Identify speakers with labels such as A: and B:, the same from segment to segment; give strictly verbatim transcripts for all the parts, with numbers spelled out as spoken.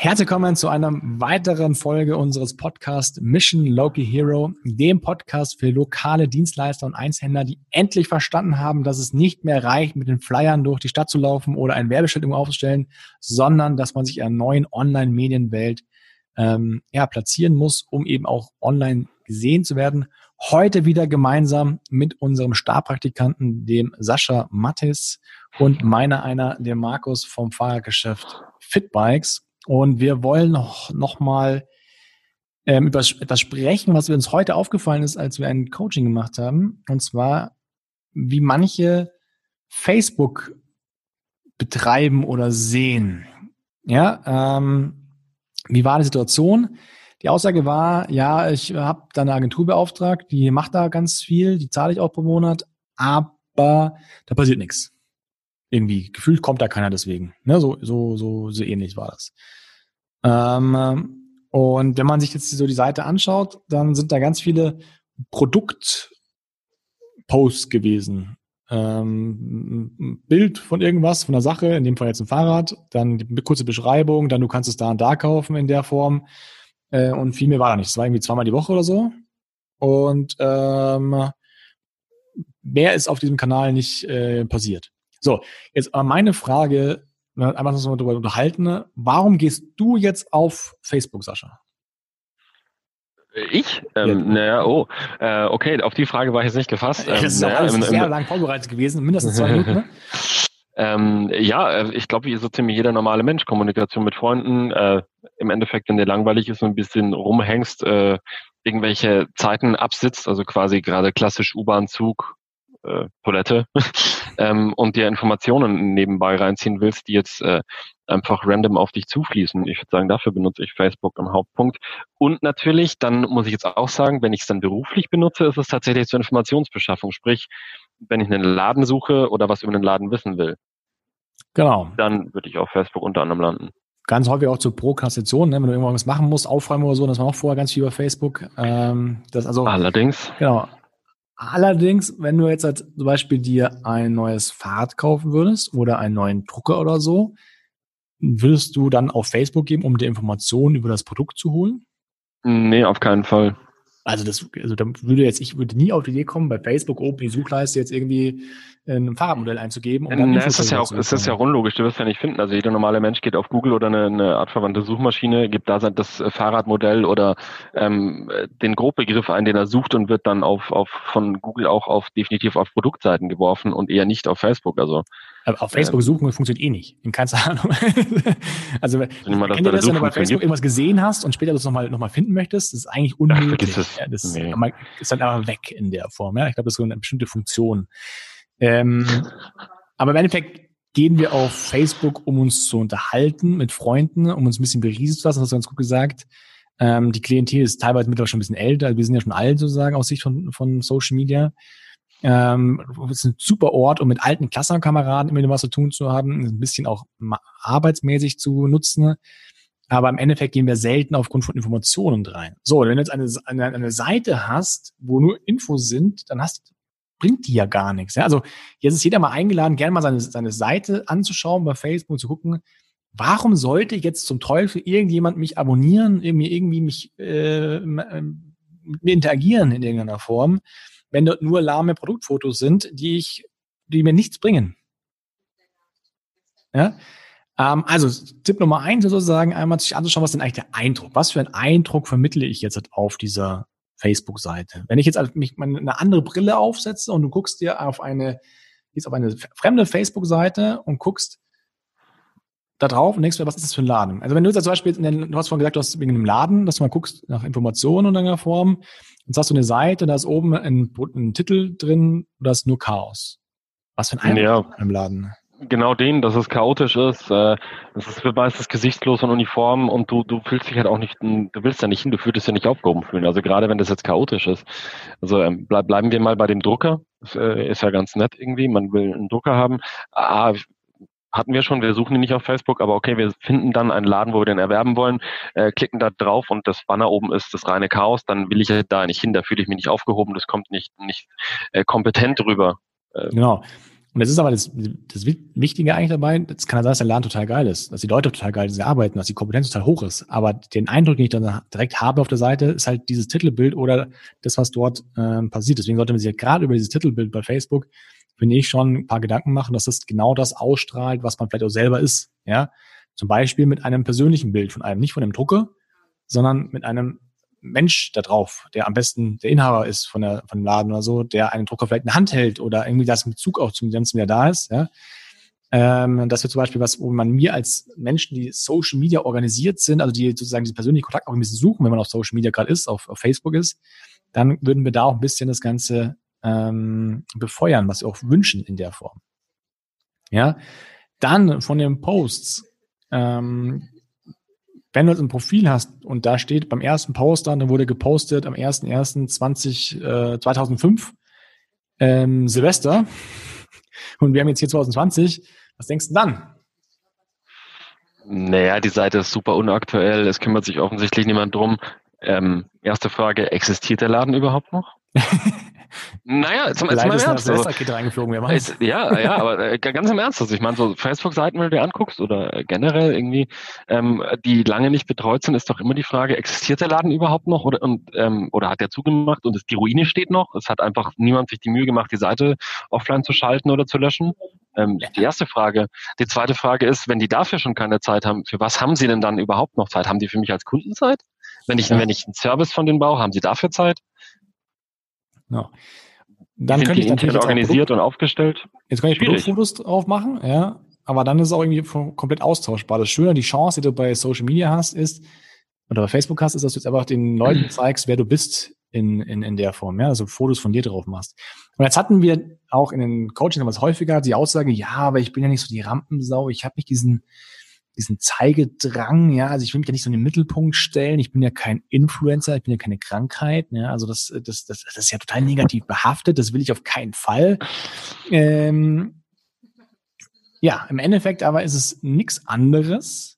A: Herzlich willkommen zu einer weiteren Folge unseres Podcasts Mission Local Hero, dem Podcast für lokale Dienstleister und Einzelhändler, die endlich verstanden haben, dass es nicht mehr reicht, mit den Flyern durch die Stadt zu laufen oder ein Werbeschild irgendwo aufzustellen, sondern dass man sich in einer neuen Online-Medienwelt ähm, ja, platzieren muss, um eben auch online gesehen zu werden. Heute wieder gemeinsam mit unserem Starpraktikanten, dem Sascha Mattis und meiner einer, dem Markus vom Fahrradgeschäft Fitbikes. Und wir wollen noch, noch mal ähm, über etwas sprechen, was uns heute aufgefallen ist, als wir ein Coaching gemacht haben. Und zwar, wie manche Facebook betreiben oder sehen. Ja, ähm, wie war die Situation? Die Aussage war, ja, ich habe da eine Agentur beauftragt, die macht da ganz viel, die zahle ich auch pro Monat, aber da passiert nichts. Irgendwie, gefühlt kommt da keiner deswegen. Ne, so, so, so, so ähnlich war das. Ähm, und wenn man sich jetzt so die Seite anschaut, dann sind da ganz viele Produktposts gewesen. Ähm, ein Bild von irgendwas, von einer Sache, in dem Fall jetzt ein Fahrrad, dann eine kurze Beschreibung, dann du kannst es da und da kaufen in der Form. Äh, und viel mehr war da nicht. Es war irgendwie zweimal die Woche oder so. Und ähm, mehr ist auf diesem Kanal nicht äh, passiert. So, jetzt aber meine Frage, einfach noch mal darüber unterhalten, warum gehst du jetzt auf Facebook, Sascha?
B: Ich? Ähm, ja. Naja, oh, äh, okay, auf die Frage war ich jetzt nicht gefasst.
A: Das ist ähm, auch alles im, sehr im, lang vorbereitet gewesen, mindestens zwei Minuten, ne?
B: Ähm, ja, ich glaube, wie so ziemlich jeder normale Mensch, Kommunikation mit Freunden, äh, im Endeffekt, wenn dir langweilig ist und ein bisschen rumhängst, äh, irgendwelche Zeiten absitzt, also quasi gerade klassisch U-Bahn, Zug, äh, Toilette, ähm, und dir Informationen nebenbei reinziehen willst, die jetzt äh, einfach random auf dich zufließen. Ich würde sagen, dafür benutze ich Facebook am Hauptpunkt. Und natürlich, dann muss ich jetzt auch sagen, wenn ich es dann beruflich benutze, ist es tatsächlich zur Informationsbeschaffung. Sprich, wenn ich einen Laden suche oder was über einen Laden wissen will,
A: genau,
B: dann würde ich auf Facebook unter anderem landen.
A: Ganz häufig auch zur Prokrastination, ne? Wenn du irgendwas machen musst, aufräumen oder so, das war auch vorher ganz viel über Facebook. Ähm, das also
B: Allerdings.
A: Genau. Allerdings, wenn du jetzt halt zum Beispiel dir ein neues Fahrrad kaufen würdest oder einen neuen Drucker oder so, würdest du dann auf Facebook gehen, um dir Informationen über das Produkt zu holen?
B: Nee, auf keinen Fall.
A: Also das, also da würde jetzt, ich würde nie auf die Idee kommen, bei Facebook oben die Suchleiste jetzt irgendwie ein Fahrradmodell einzugeben.
B: Um dann Na, es ist ja auch, es ist ja unlogisch, du wirst ja nicht finden. Also jeder normale Mensch geht auf Google oder eine, eine artverwandte Suchmaschine, gibt da das Fahrradmodell oder ähm, den Grobegriff ein, den er sucht und wird dann auf, auf von Google auch auf definitiv auf Produktseiten geworfen und eher nicht auf Facebook. Also
A: aber auf Facebook ähm, suchen funktioniert eh nicht. In keinster Ahnung. Also wenn
B: mal,
A: du das, wenn du bei Facebook irgendwas gesehen hast und später das nochmal noch mal finden möchtest, das ist eigentlich unmöglich.
B: Ach,
A: ja, das
B: nee.
A: ist dann aber weg in der Form. Ja? Ich glaube, das ist so eine bestimmte Funktion. Ähm, aber im Endeffekt gehen wir auf Facebook, um uns zu unterhalten mit Freunden, um uns ein bisschen berieseln zu lassen, das hast du ganz gut gesagt. Ähm, die Klientel ist teilweise mittlerweile schon ein bisschen älter, also wir sind ja schon alt sozusagen aus Sicht von, von Social Media. Ähm, es ist ein super Ort, um mit alten Klassenkameraden immer was zu tun zu haben, ein bisschen auch arbeitsmäßig zu nutzen. Aber im Endeffekt gehen wir selten aufgrund von Informationen rein. So, wenn du jetzt eine, eine, eine Seite hast, wo nur Infos sind, dann hast, bringt die ja gar nichts. Ja? Also jetzt ist jeder mal eingeladen, gerne mal seine, seine Seite anzuschauen bei Facebook und zu gucken, warum sollte jetzt zum Teufel irgendjemand mich abonnieren, irgendwie, irgendwie mich äh, mit mir interagieren in irgendeiner Form, wenn dort nur lahme Produktfotos sind, die ich, die mir nichts bringen. Ja? Ähm, also Tipp Nummer eins sozusagen, einmal sich anzuschauen, was ist denn eigentlich der Eindruck? Was für einen Eindruck vermittle ich jetzt auf dieser Facebook-Seite? Wenn ich jetzt also mich eine andere Brille aufsetze und du guckst dir auf eine, gehst auf eine fremde Facebook-Seite und guckst da drauf und denkst mir, was ist das für ein Laden? Also wenn du jetzt zum Beispiel, du hast vorhin gesagt, du hast wegen einem Laden, dass du mal guckst nach Informationen in irgendeiner Form, jetzt hast du eine Seite, da ist oben ein, ein Titel drin, da ist nur Chaos. Was für ein Eindruck
B: ja.
A: im Laden?
B: Genau den, dass es chaotisch ist, äh, es ist meistens gesichtslos und uniform und du du fühlst dich halt auch nicht, du willst ja nicht hin, du fühlst dich ja nicht aufgehoben fühlen, also gerade wenn das jetzt chaotisch ist. Also ähm, bleib, bleiben wir mal bei dem Drucker, das, äh, ist ja ganz nett irgendwie, man will einen Drucker haben, ah, hatten wir schon, wir suchen ihn nicht auf Facebook, aber okay, wir finden dann einen Laden, wo wir den erwerben wollen, äh, klicken da drauf und das Banner oben ist das reine Chaos, dann will ich ja da nicht hin, da fühle ich mich nicht aufgehoben, das kommt nicht nicht äh, kompetent rüber.
A: Äh, genau. Und das ist aber das, das Wichtige eigentlich dabei, das kann ja sein, dass der Laden total geil ist, dass die Leute total geil sind, arbeiten, dass die Kompetenz total hoch ist. Aber den Eindruck, den ich dann direkt habe auf der Seite, ist halt dieses Titelbild oder das, was dort ähm, passiert. Deswegen sollte man sich ja gerade über dieses Titelbild bei Facebook, finde ich, schon ein paar Gedanken machen, dass das genau das ausstrahlt, was man vielleicht auch selber ist. Ja, zum Beispiel mit einem persönlichen Bild von einem, nicht von einem Drucker, sondern mit einem Mensch da drauf, der am besten der Inhaber ist von der von dem Laden oder so, der einen Drucker vielleicht in der Hand hält oder irgendwie das Bezug auch zum Ganzen wieder da ist. Ja. Ähm, das wird zum Beispiel was, wo man mir als Menschen, die Social Media organisiert sind, also die sozusagen diesen persönlichen Kontakt auch ein bisschen suchen, wenn man auf Social Media gerade ist, auf, auf Facebook ist, dann würden wir da auch ein bisschen das Ganze ähm, befeuern, was wir auch wünschen in der Form. Ja. Dann von den Posts, ähm, wenn du jetzt ein Profil hast und da steht beim ersten Post dann, dann wurde gepostet am erster erster zweitausendfünf ähm, Silvester und wir haben jetzt hier zwanzig zwanzig, was denkst du dann?
B: Naja, die Seite ist super unaktuell, es kümmert sich offensichtlich niemand drum. Ähm, erste Frage, existiert der Laden überhaupt noch? Naja, zum, zum im Ernst. Also,
A: reingeflogen, wer
B: ist, ja, ja, aber äh, ganz im Ernst. Also ich meine, so Facebook-Seiten, wenn du dir anguckst oder äh, generell irgendwie, ähm, die lange nicht betreut sind, ist doch immer die Frage, existiert der Laden überhaupt noch oder und ähm, oder hat der zugemacht und ist, die Ruine steht noch? Es hat einfach niemand sich die Mühe gemacht, die Seite offline zu schalten oder zu löschen. Ähm, die erste Frage. Die zweite Frage ist, wenn die dafür schon keine Zeit haben, für was haben sie denn dann überhaupt noch Zeit? Haben die für mich als Kunden Zeit? Wenn ich, ja. wenn ich einen Service von denen baue, haben sie dafür Zeit?
A: No. Dann
B: sind
A: könnte
B: die
A: ich natürlich
B: intern organisiert
A: Produkt,
B: und aufgestellt.
A: Jetzt kann ich
B: Schwierig.
A: Produktfotos drauf machen, ja, aber dann ist es auch irgendwie komplett austauschbar. Das Schöne, die Chance, die du bei Social Media hast, ist, oder bei Facebook hast, ist, dass du jetzt einfach den Leuten zeigst, wer du bist in, in, in der Form, ja, also Fotos von dir drauf machst. Und jetzt hatten wir auch in den Coachings damals häufiger die Aussage, ja, aber ich bin ja nicht so die Rampensau, ich habe nicht diesen diesen Zeigedrang, ja, also ich will mich ja nicht so in den Mittelpunkt stellen, ich bin ja kein Influencer, ich bin ja keine Krankheit, ja, also das, das, das, das ist ja total negativ behaftet, das will ich auf keinen Fall. Ähm, ja, im Endeffekt aber ist es nichts anderes,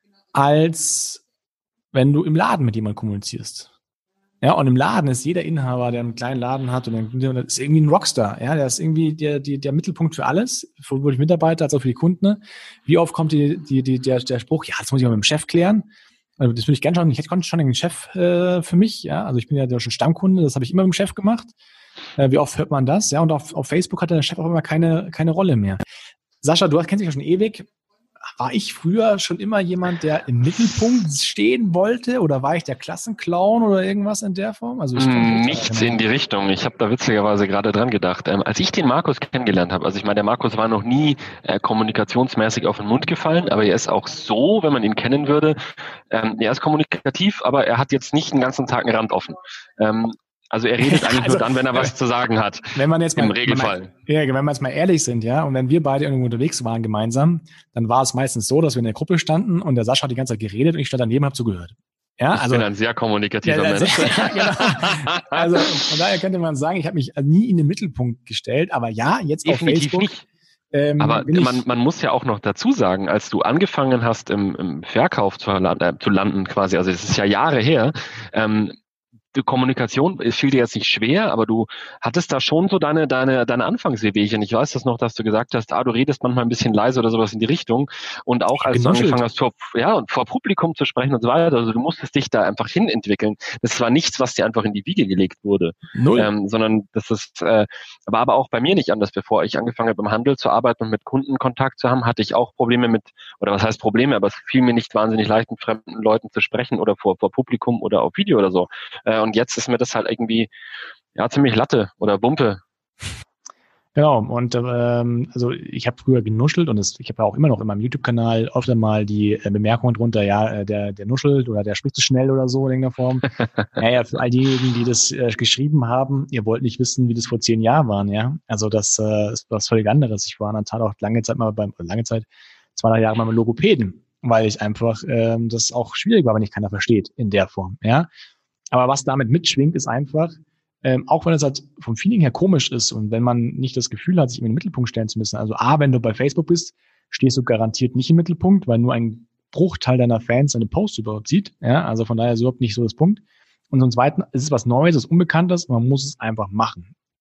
A: als wenn du im Laden mit jemandem kommunizierst. Ja, und im Laden ist jeder Inhaber, der einen kleinen Laden hat, und der ist irgendwie ein Rockstar. Ja, der ist irgendwie der, der, der Mittelpunkt für alles, sowohl für die Mitarbeiter als auch für die Kunden. Wie oft kommt die, die, die, der, der Spruch, ja, das muss ich mal mit dem Chef klären. Also das würde ich gerne schon, ich hätte schon einen Chef äh, für mich. Ja, also ich bin ja schon Stammkunde, das habe ich immer mit dem Chef gemacht. Äh, wie oft hört man das? Ja, und auf, auf Facebook hat der Chef auch immer keine, keine Rolle mehr. Sascha, du kennst dich ja schon ewig. War ich früher schon immer jemand, der im Mittelpunkt stehen wollte, oder war ich der Klassenclown oder irgendwas in der Form? Also ich
B: Nichts in die Richtung. Ich habe da witzigerweise gerade dran gedacht. Ähm, als ich den Markus kennengelernt habe, also ich meine, der Markus war noch nie äh, kommunikationsmäßig auf den Mund gefallen, aber er ist auch so, wenn man ihn kennen würde, ähm, er ist kommunikativ, aber er hat jetzt nicht den ganzen Tag einen Rand offen. Ähm, Also er redet eigentlich also, nur dann, wenn er was äh, zu sagen hat.
A: Wenn man jetzt mal,
B: im Regelfall.
A: Man, ja, wenn wir jetzt mal ehrlich sind, ja, und wenn wir beide irgendwo unterwegs waren gemeinsam, dann war es meistens so, dass wir in der Gruppe standen und der Sascha hat die ganze Zeit geredet und ich stand daneben und habe zugehört. Ja,
B: ich
A: also,
B: bin ein sehr kommunikativer
A: ja,
B: Mensch.
A: Ja, genau. Also von daher könnte man sagen, ich habe mich nie in den Mittelpunkt gestellt, aber ja, jetzt
B: Definitiv
A: auf Facebook.
B: Nicht. Ähm, Aber man, man muss ja auch noch dazu sagen, als du angefangen hast, im, im Verkauf zu, äh, zu landen quasi, also es ist ja Jahre her, ähm, die Kommunikation, es fiel dir jetzt nicht schwer, aber du hattest da schon so deine deine deine Anfangswehwehchen. Ich weiß das noch, dass du gesagt hast, ah, du redest manchmal ein bisschen leise oder sowas in die Richtung. Und auch als Genuschelt. du angefangen hast, vor, ja, und vor Publikum zu sprechen und so weiter, also du musstest dich da einfach hinentwickeln. Das war nichts, was dir einfach in die Wiege gelegt wurde.
A: Null.
B: Ähm, sondern das ist, äh, war aber auch bei mir nicht anders. Bevor ich angefangen habe, im Handel zu arbeiten und mit Kunden Kontakt zu haben, hatte ich auch Probleme mit, oder was heißt Probleme, aber es fiel mir nicht wahnsinnig leicht, mit fremden Leuten zu sprechen oder vor, vor Publikum oder auf Video oder so. Äh, Und jetzt ist mir das halt irgendwie ja ziemlich Latte oder Bumpe.
A: Genau, und ähm, also ich habe früher genuschelt und das, ich habe auch immer noch in meinem YouTube-Kanal öfter mal die äh, Bemerkungen drunter, ja, der der nuschelt oder der spricht zu schnell oder so in irgendeiner Form. Naja, für all diejenigen, die das äh, geschrieben haben, ihr wollt nicht wissen, wie das vor zehn Jahren waren, ja. Also das äh, ist was völlig anderes. Ich war in der Tat auch lange Zeit mal beim, lange Zeit, zwei, drei Jahre mal beim Logopäden, weil ich einfach ähm, das auch schwierig war, wenn ich keiner versteht in der Form, ja. Aber was damit mitschwingt, ist einfach, ähm, auch wenn es halt vom Feeling her komisch ist und wenn man nicht das Gefühl hat, sich in den Mittelpunkt stellen zu müssen. Also A, wenn du bei Facebook bist, stehst du garantiert nicht im Mittelpunkt, weil nur ein Bruchteil deiner Fans deine Posts überhaupt sieht. Ja, also von daher ist überhaupt nicht so das Punkt. Und zum Zweiten, es ist was Neues, es ist Unbekanntes und man muss es einfach machen.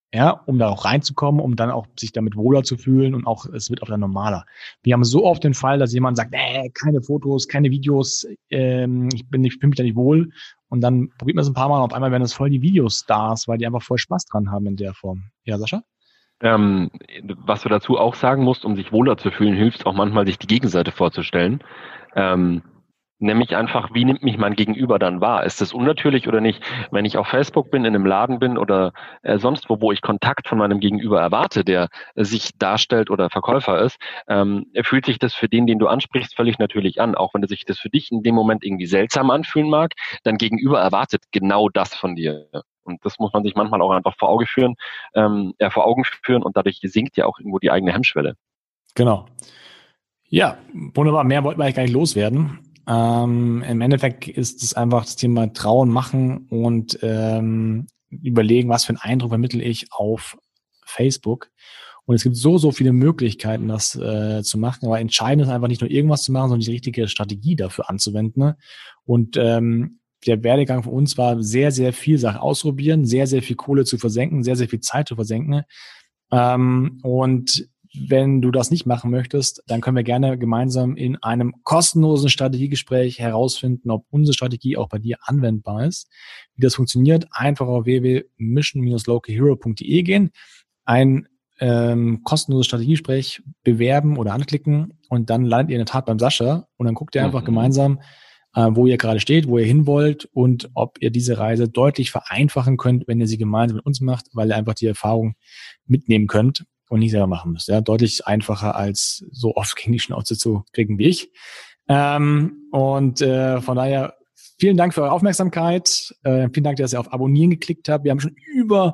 A: ja, um da auch reinzukommen, um dann auch sich damit wohler zu fühlen und auch, es wird auch dann normaler. Wir haben so oft den Fall, dass jemand sagt, äh, keine Fotos, keine Videos, ähm, ich bin, ich fühle mich da nicht wohl. Und dann probiert man es ein paar Mal und auf einmal werden das voll die Videostars, weil die einfach voll Spaß dran haben in der Form. Ja, Sascha?
B: Ähm, was du dazu auch sagen musst, um sich wohler zu fühlen, hilft auch manchmal, sich die Gegenseite vorzustellen. Ähm, Nämlich einfach, wie nimmt mich mein Gegenüber dann wahr? Ist das unnatürlich oder nicht? Wenn ich auf Facebook bin, in einem Laden bin oder äh, sonst wo, wo ich Kontakt von meinem Gegenüber erwarte, der äh, sich darstellt oder Verkäufer ist, ähm, fühlt sich das für den, den du ansprichst, völlig natürlich an. Auch wenn sich das für dich in dem Moment irgendwie seltsam anfühlen mag, dein Gegenüber erwartet genau das von dir. Und das muss man sich manchmal auch einfach vor Augen führen, ähm, äh, vor Augen führen und dadurch sinkt ja auch irgendwo die eigene Hemmschwelle.
A: Genau. Ja, wunderbar. Mehr wollten wir eigentlich gar nicht loswerden. Ähm, im Endeffekt ist es einfach das Thema Trauen, Machen und ähm, überlegen, was für einen Eindruck vermittle ich auf Facebook. Und es gibt so, so viele Möglichkeiten, das äh, zu machen. Aber entscheidend ist einfach nicht nur irgendwas zu machen, sondern die richtige Strategie dafür anzuwenden. Ne? Und ähm, der Werdegang von uns war sehr, sehr viel Sachen ausprobieren, sehr, sehr viel Kohle zu versenken, sehr, sehr viel Zeit zu versenken. Ähm, und wenn du das nicht machen möchtest, dann können wir gerne gemeinsam in einem kostenlosen Strategiegespräch herausfinden, ob unsere Strategie auch bei dir anwendbar ist. Wie das funktioniert, einfach auf w w w punkt mission dash local hero punkt d e gehen, ein ähm, kostenloses Strategiegespräch bewerben oder anklicken und dann landet ihr in der Tat beim Sascha und dann guckt ihr einfach mhm. gemeinsam, äh, wo ihr gerade steht, wo ihr hin wollt und ob ihr diese Reise deutlich vereinfachen könnt, wenn ihr sie gemeinsam mit uns macht, weil ihr einfach die Erfahrung mitnehmen könnt und nicht selber machen müsst. Ja, deutlich einfacher als so oft gegen die Schnauze zu kriegen wie ich. Ähm, und äh, von daher vielen Dank für eure Aufmerksamkeit. Äh, vielen Dank, dass ihr auf Abonnieren geklickt habt. Wir haben schon über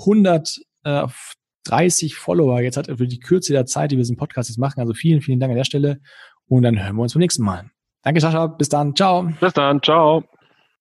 A: hundertdreißig Follower jetzt hat für die Kürze der Zeit, die wir diesen Podcast jetzt machen. Also vielen, vielen Dank an der Stelle. Und dann hören wir uns beim nächsten Mal. Danke, Sascha. Bis dann. Ciao.
B: Bis dann. Ciao.